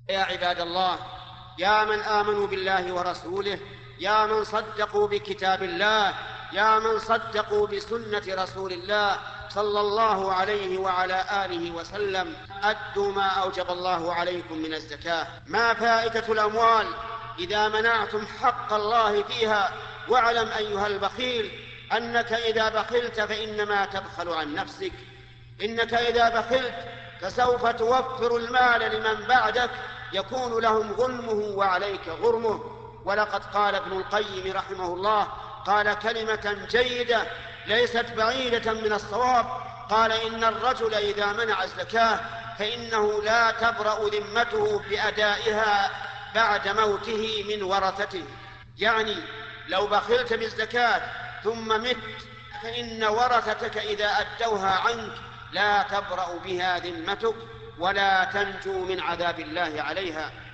يا عباد الله، يا من آمنوا بالله ورسوله، يا من صدقوا بكتاب الله، يا من صدقوا بسنة رسول الله صلى الله عليه وعلى آله وسلم، أدوا ما أوجب الله عليكم من الزكاة. ما فائدة الأموال إذا منعتم حق الله فيها؟ واعلم أيها البخيل أنك إذا بخلت فإنما تبخل عن نفسك. إنك إذا بخلت فسوف توفر المال لمن بعدك يكون لهم غنمه وعليك غرمه. ولقد قال ابن القيم رحمه الله، قال كلمة جيدة ليست بعيدة من الصواب، قال إن الرجل إذا منع الزكاة فإنه لا تبرأ ذمته بأدائها بعد موته من ورثته. يعني لو بخلت بالزكاة ثم مت فإن ورثتك إذا أدوها عنك لا تبرأ بها ذمتك ولا تنجو من عذاب الله عليها.